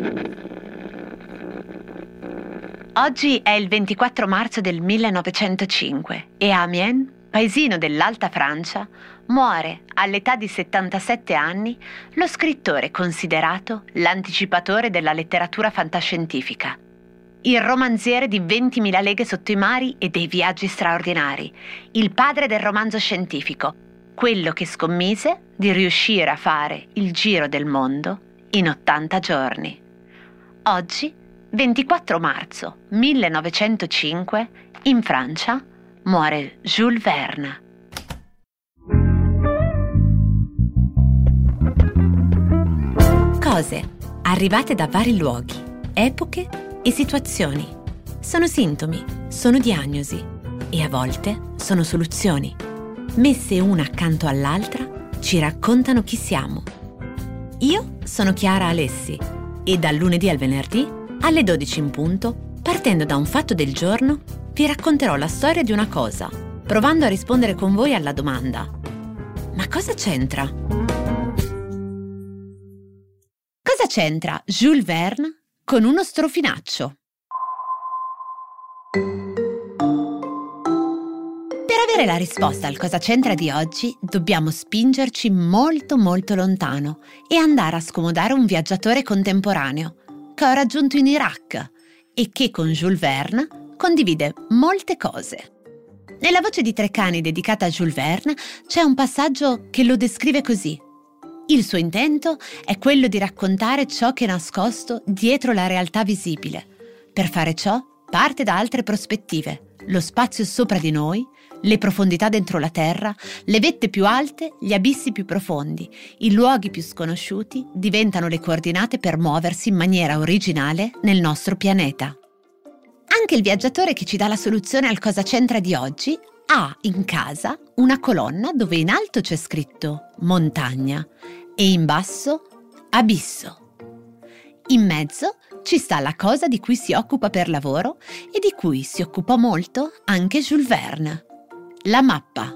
Oggi è il 24 marzo del 1905 e a Amiens, paesino dell'Alta Francia, muore all'età di 77 anni lo scrittore considerato l'anticipatore della letteratura fantascientifica, il romanziere di 20.000 leghe sotto i mari e dei viaggi straordinari, il padre del romanzo scientifico, quello che scommise di riuscire a fare il giro del mondo in 80 giorni. Oggi, 24 marzo 1905, in Francia, muore Jules Verne. Cose arrivate da vari luoghi, epoche e situazioni. Sono sintomi, sono diagnosi e a volte sono soluzioni. Messe una accanto all'altra, ci raccontano chi siamo. Io sono Chiara Alessi e dal lunedì al venerdì, alle 12 in punto, partendo da un fatto del giorno, vi racconterò la storia di una cosa, provando a rispondere con voi alla domanda: ma cosa c'entra? Cosa c'entra Jules Verne con uno strofinaccio? Per avere la risposta al cosa c'entra di oggi, dobbiamo spingerci molto molto lontano e andare a scomodare un viaggiatore contemporaneo che ho raggiunto in Iraq e che con Jules Verne condivide molte cose. Nella Voce di tre cani dedicata a Jules Verne c'è un passaggio che lo descrive così. Il suo intento è quello di raccontare ciò che è nascosto dietro la realtà visibile. Per fare ciò parte da altre prospettive, lo spazio sopra di noi, le profondità dentro la terra, le vette più alte, gli abissi più profondi, i luoghi più sconosciuti diventano le coordinate per muoversi in maniera originale nel nostro pianeta. Anche il viaggiatore che ci dà la soluzione al cosa c'entra di oggi ha in casa una colonna dove in alto c'è scritto montagna e in basso abisso. In mezzo ci sta la cosa di cui si occupa per lavoro e di cui si occupò molto anche Jules Verne: la mappa.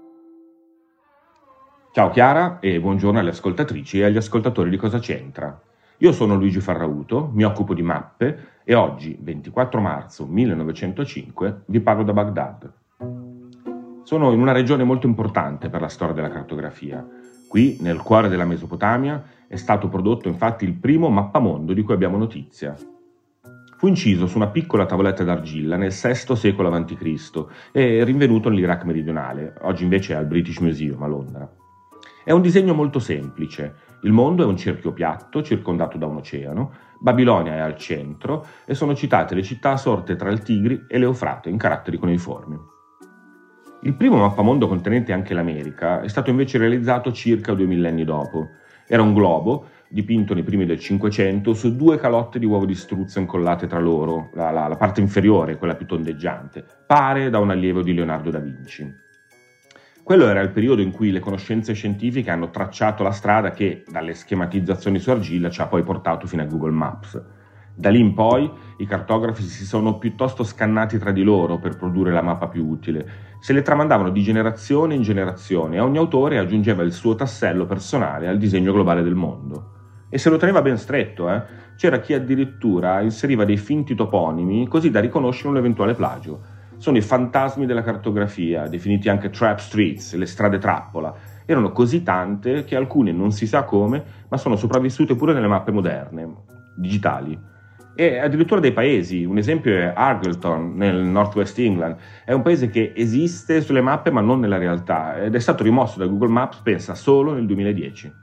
Ciao Chiara e buongiorno alle ascoltatrici e agli ascoltatori di Cosa c'entra. Io sono Luigi Farrauto, mi occupo di mappe e oggi, 24 marzo 1905, vi parlo da Baghdad. Sono in una regione molto importante per la storia della cartografia. Qui, nel cuore della Mesopotamia, è stato prodotto infatti il primo mappamondo di cui abbiamo notizia. Fu inciso su una piccola tavoletta d'argilla nel VI secolo a.C. e rinvenuto nell'Iraq meridionale, oggi invece è al British Museum a Londra. È un disegno molto semplice. Il mondo è un cerchio piatto circondato da un oceano, Babilonia è al centro e sono citate le città sorte tra il Tigri e l'Eufrate in caratteri cuneiformi. Il primo mappamondo contenente anche l'America è stato invece realizzato circa 2 millenni dopo. Era un globo dipinto nei primi del Cinquecento su 2 calotte di uovo di struzzo incollate tra loro, la parte inferiore, quella più tondeggiante, pare da un allievo di Leonardo da Vinci. Quello era il periodo in cui le conoscenze scientifiche hanno tracciato la strada che, dalle schematizzazioni su argilla, ci ha poi portato fino a Google Maps. Da lì in poi i cartografi si sono piuttosto scannati tra di loro per produrre la mappa più utile. Se le tramandavano di generazione in generazione e ogni autore aggiungeva il suo tassello personale al disegno globale del mondo. E se lo teneva ben stretto, C'era chi addirittura inseriva dei finti toponimi così da riconoscere un eventuale plagio. Sono i fantasmi della cartografia, definiti anche trap streets, le strade trappola. Erano così tante che alcune non si sa come, ma sono sopravvissute pure nelle mappe moderne, digitali. E addirittura dei paesi. Un esempio è Argleton, nel Northwest England. È un paese che esiste sulle mappe ma non nella realtà ed è stato rimosso da Google Maps, pensa, solo nel 2010.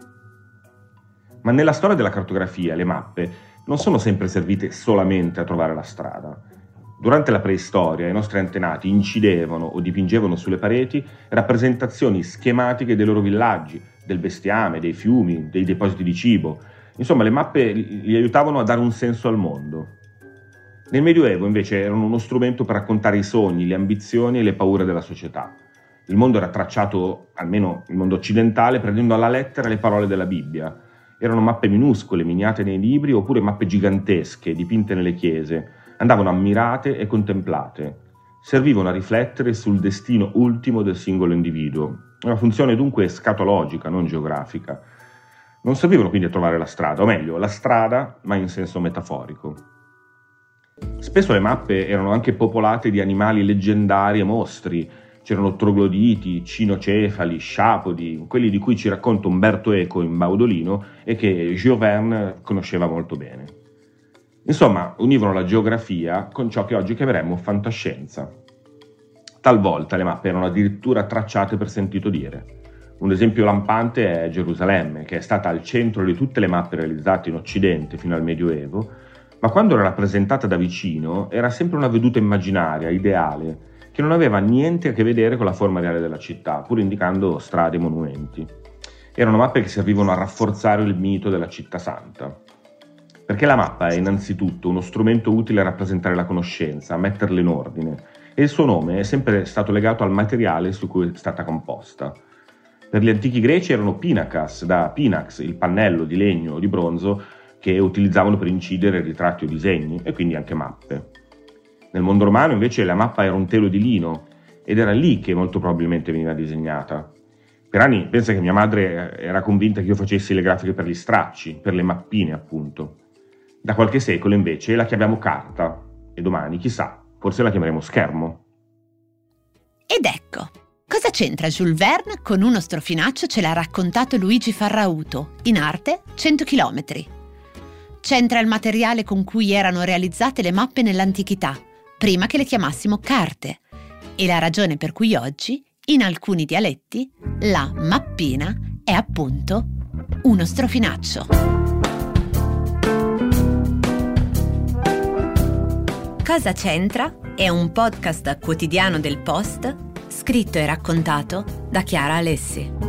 Ma nella storia della cartografia le mappe non sono sempre servite solamente a trovare la strada. Durante la preistoria i nostri antenati incidevano o dipingevano sulle pareti rappresentazioni schematiche dei loro villaggi, del bestiame, dei fiumi, dei depositi di cibo. Insomma, le mappe li aiutavano a dare un senso al mondo. Nel Medioevo, invece, erano uno strumento per raccontare i sogni, le ambizioni e le paure della società. Il mondo era tracciato, almeno il mondo occidentale, prendendo alla lettera le parole della Bibbia. Erano mappe minuscole, miniate nei libri, oppure mappe gigantesche, dipinte nelle chiese. Andavano ammirate e contemplate. Servivano a riflettere sul destino ultimo del singolo individuo. Una funzione dunque scatologica, non geografica. Non servivano quindi a trovare la strada, o meglio, la strada ma in senso metaforico. Spesso le mappe erano anche popolate di animali leggendari e mostri. C'erano trogloditi, cinocefali, sciapodi, quelli di cui ci racconta Umberto Eco in Baudolino e che Jules Verne conosceva molto bene. Insomma, univano la geografia con ciò che oggi chiameremmo fantascienza. Talvolta le mappe erano addirittura tracciate per sentito dire. Un esempio lampante è Gerusalemme, che è stata al centro di tutte le mappe realizzate in Occidente fino al Medioevo, ma quando era rappresentata da vicino era sempre una veduta immaginaria, ideale, che non aveva niente a che vedere con la forma reale della città, pur indicando strade e monumenti. Erano mappe che servivano a rafforzare il mito della città santa. Perché la mappa è innanzitutto uno strumento utile a rappresentare la conoscenza, a metterla in ordine, e il suo nome è sempre stato legato al materiale su cui è stata composta. Per gli antichi greci erano pinakas, da pinax, il pannello di legno o di bronzo che utilizzavano per incidere ritratti o disegni, e quindi anche mappe. Nel mondo romano invece la mappa era un telo di lino ed era lì che molto probabilmente veniva disegnata. Per anni pensa che mia madre era convinta che io facessi le grafiche per gli stracci, per le mappine appunto. Da qualche secolo invece la chiamiamo carta e domani, chissà, forse la chiameremo schermo. Ed ecco, cosa c'entra Jules Verne con uno strofinaccio ce l'ha raccontato Luigi Farrauto, in arte 100 chilometri. C'entra il materiale con cui erano realizzate le mappe nell'antichità, prima che le chiamassimo carte, e la ragione per cui oggi, in alcuni dialetti, la mappina è appunto uno strofinaccio. Cosa c'entra? È un podcast quotidiano del Post, scritto e raccontato da Chiara Alessi.